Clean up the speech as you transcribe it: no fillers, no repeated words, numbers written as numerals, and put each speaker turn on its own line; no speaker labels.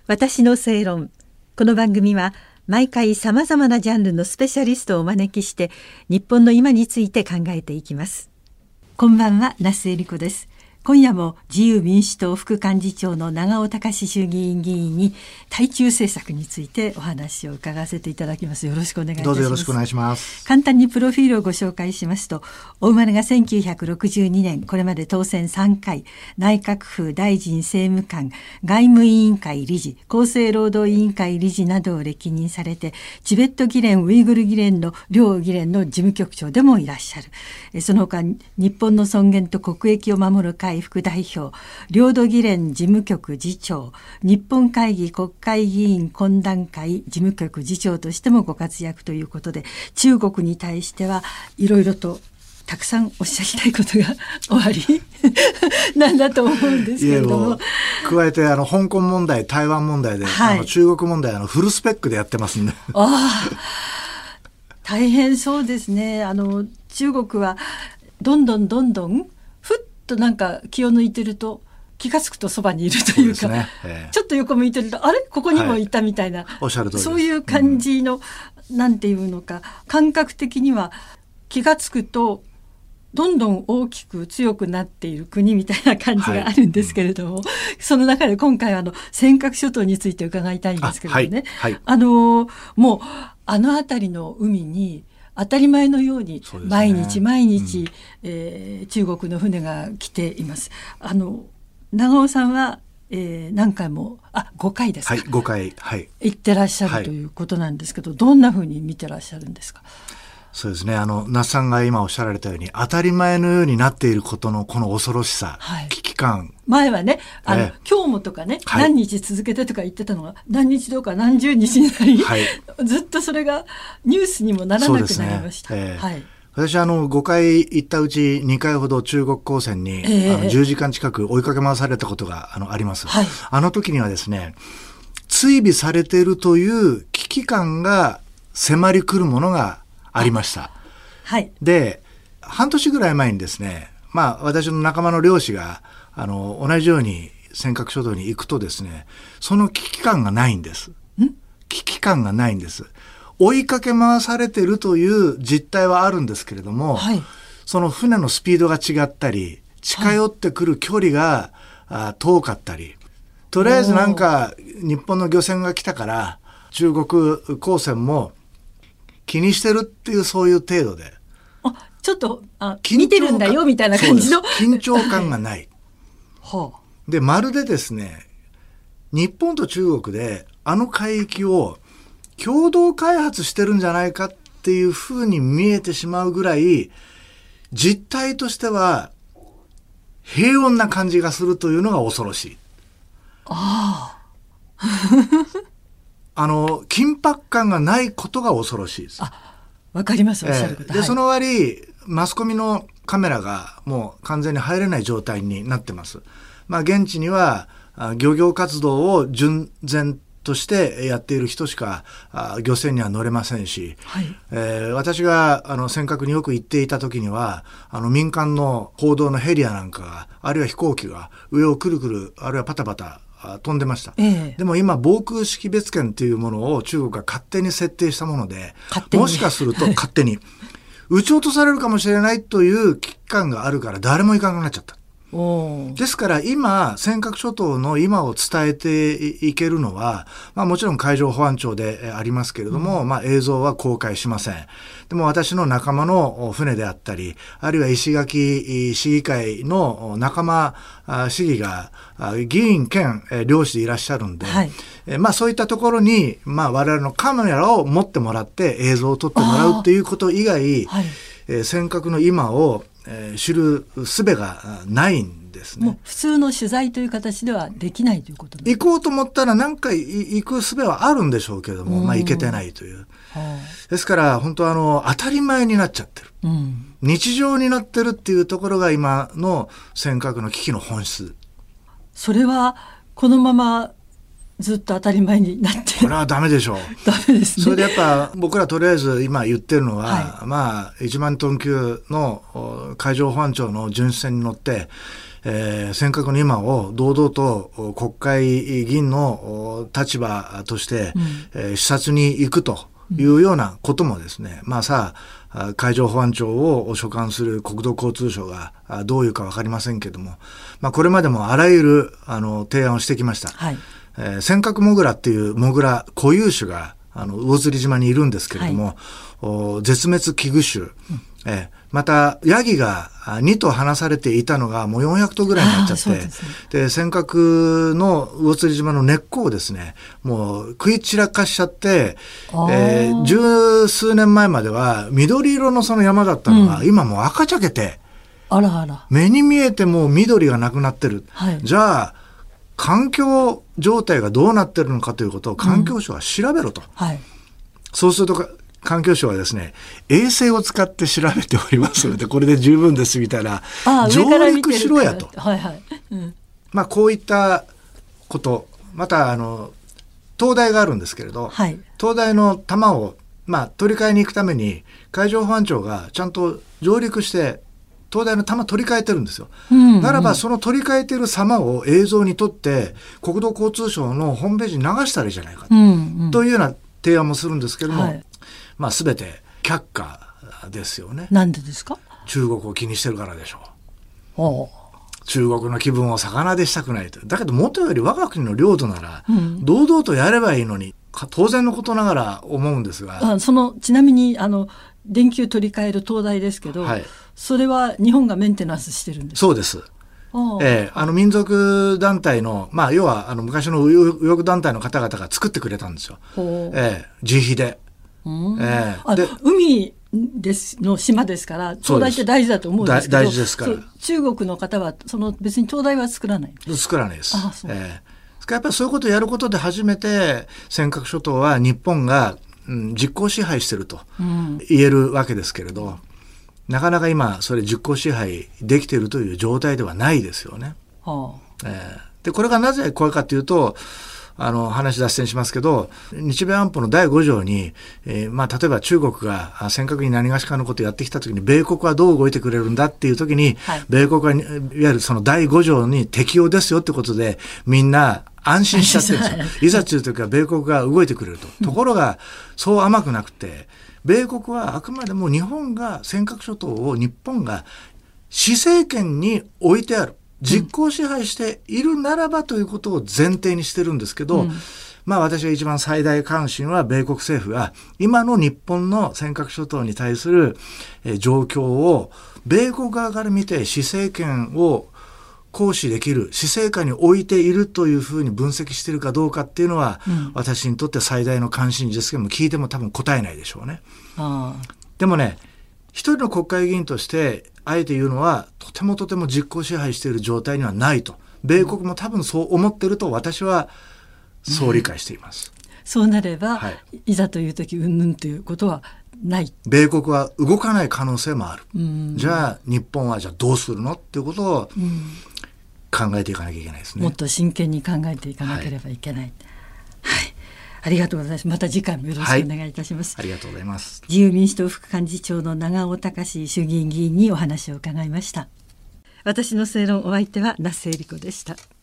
私の正論。この番組は毎回さまざまなジャンルのスペシャリストをお招きして日本の今について考えていきます。こんばんは、那須恵理子です。今夜も自由民主党副幹事長の長尾隆衆議院議員に対中政策についてお話を伺わせていただきます。よろしくお願いいたします。
どうぞよろしくお願いします。
簡単にプロフィールをご紹介しますと、お生まれが1962年、これまで当選3回、内閣府大臣政務官、外務委員会理事、厚生労働委員会理事などを歴任されて、チベット議連、ウイグル議連の両議連の事務局長でもいらっしゃる。その他、日本の尊厳と国益を守る会副代表、領土議連事務局次長、日本会議国会議員懇談会事務局次長としてもご活躍ということで、中国に対してはいろいろとたくさんおっしゃりたいことがおありなんだと思うんですけれども、
加えて香港問題、台湾問題で、中国問題フルスペックでやってますんで
大変そうですね。中国はどんどんふっとなんか気を抜いてると気がつくとそばにいるというか、ちょっと横向いてるとあれここにもいたみたいな、
おっしゃる通りです。
そういう感じの、なんていうのか、感覚的には気がつくとどんどん大きく強くなっている国みたいな感じがあるんですけれども、その中で今回は尖閣諸島について伺いたいんですけれどもね、もう辺りの海に当たり前のように毎日、中国の船が来ています。長尾さんは、何回も5回ですか、
5回、
行ってらっしゃるということなんですけど、どんなふうに見てらっしゃるんですか？
そうですね、那須さんが今おっしゃられたように当たり前のようになっていることのこの恐ろしさ、危機感。
前はね、今日もとかね、何日続けてとか言ってたのが何日どうか何十日になり、ずっとそれがニュースにもならなくなりました。
私5回行ったうち2回ほど中国公船に、10時間近く追いかけ回されたことがあります。あの時にはですね、追尾されているという危機感が迫り来るものがありました。で、半年ぐらい前にですね、私の仲間の漁師が同じように尖閣諸島に行くとですね、その危機感がないんです。危機感がないんです。追いかけ回されているという実態はあるんですけれども、その船のスピードが違ったり、近寄ってくる距離が、遠かったり、とりあえずなんか日本の漁船が来たから中国公船も気にしてるっていう、そういう程度で、
ちょっと見てるんだよみたいな感じの
緊張感がないで、まるでですね、日本と中国で海域を共同開発してるんじゃないかっていうふうに見えてしまうぐらい、実態としては平穏な感じがするというのが恐ろしい。緊迫感がないことが恐ろしいです。
わかります、おっしゃること。
で、その割、マスコミのカメラがもう完全に入れない状態になってます。現地には漁業活動を純然としてやっている人しか漁船には乗れませんし、私が尖閣によく行っていた時には民間の報道のヘリやなんかが、あるいは飛行機が上をくるくる、あるいはパタパタ飛んでました。でも今防空識別圏というものを中国が勝手に設定したもので、もしかすると勝手に撃ち落とされるかもしれないという危機感があるから誰も行かなくなっちゃった。ですから今尖閣諸島の今を伝えていけるのは、もちろん海上保安庁でありますけれども、映像は公開しません。でも私の仲間の船であったり、あるいは石垣市議会の仲間市議が議員兼漁師でいらっしゃるんで、そういったところに、我々のカメラを持ってもらって映像を撮ってもらうっていうこと以外、尖閣の今を知る術がないんですね。
もう普通の取材という形ではできないということです。
行こうと思ったら何回行く術はあるんでしょうけども、行けてないという。ですから本当当たり前になっちゃってる、日常になってるっていうところが今の尖閣の危機の本質。
それはこのままずっと当たり前になって
これはダメでしょう。
ダメですね。
それでやっぱ僕らとりあえず今言ってるのは、1万トン級の海上保安庁の巡視船に乗って尖閣の今を堂々と国会議員の立場として、視察に行くというようなこともですね、海上保安庁を所管する国土交通省がどういうか分かりませんけども、これまでもあらゆる提案をしてきました。はい、尖閣モグラっていうモグラ固有種が魚釣島にいるんですけれども、はい、絶滅危惧種、またヤギが2頭放されていたのがもう400頭ぐらいになっちゃって、で尖閣の魚釣島の根っこをですねもう食い散らかしちゃって、十数年前までは緑色のその山だったのが、今もう赤茶けて、目に見えてもう緑がなくなってる、はい、じゃあ環境状態がどうなってるのかということを環境省は調べろと、はい、そうすると環境省はですね衛星を使って調べておりますのでこれで十分ですみたいな、上陸しろやと、はいはい、こういったこと、また灯台があるんですけれど、はい、灯台の弾を取り替えに行くために海上保安庁がちゃんと上陸して灯台の弾取り替えてるんですよ、ならばその取り替えてる様を映像に撮って国土交通省のホームページに流したらいいじゃないか、というような提案もするんですけども、はい、全て却下ですよね。
なんでですか？
中国を気にしてるからでしょう。中国の気分を逆なでしたくないと。だけど元より我が国の領土なら、堂々とやればいいのに当然のことながら思うんですが、
ちなみに電球取り替える灯台ですけど、はい、それは日本がメンテナンスしてるんですか？
そうです。民族団体の、要は昔の右翼団体の方々が作ってくれたんですよ、自費で。海
の島ですから灯台って大事だと思うんですけど、
大事ですから。
中国の方は別に灯台は作らない
です。やっぱりそういうことをやることで初めて尖閣諸島は日本が、実効支配してると言えるわけですけれど、なかなか今それ実効支配できているという状態ではないですよね。でこれがなぜ怖いかというと、話脱線しますけど、日米安保の第5条に、例えば中国が尖閣に何がしかのことをやってきたときに米国はどう動いてくれるんだっていうときに、はい、米国はいわゆるその第5条に適用ですよってことでみんな安心しちゃってるんですよ。いざというときは米国が動いてくれると。ところがそう甘くなくて、米国はあくまでも日本が尖閣諸島を日本が施政権に置いてある、実効支配しているならばということを前提にしてるんですけど、私が一番最大関心は米国政府が今の日本の尖閣諸島に対する状況を米国側から見て施政権を行使できる、施政下に置いているというふうに分析しているかどうかっていうのは、私にとって最大の関心事ですけども、聞いても多分答えないでしょうね。でもね、一人の国会議員としてあえて言うのは、とても実効支配している状態にはないと。米国も多分そう思っていると私はそう理解しています。
そうなれば、いざという時うんぬんということはない。
米国は動かない可能性もある。じゃあ日本はどうするのっていうことを考えていかなきゃいけないですね。
もっと真剣に考えていかなければいけない。ありがとうございます。また次回もよろしくお願いいたします。
ありがとうございます。
自由民主党副幹事長の長尾隆衆議院議員にお話を伺いました。私の正論、お相手は那須恵理子でした。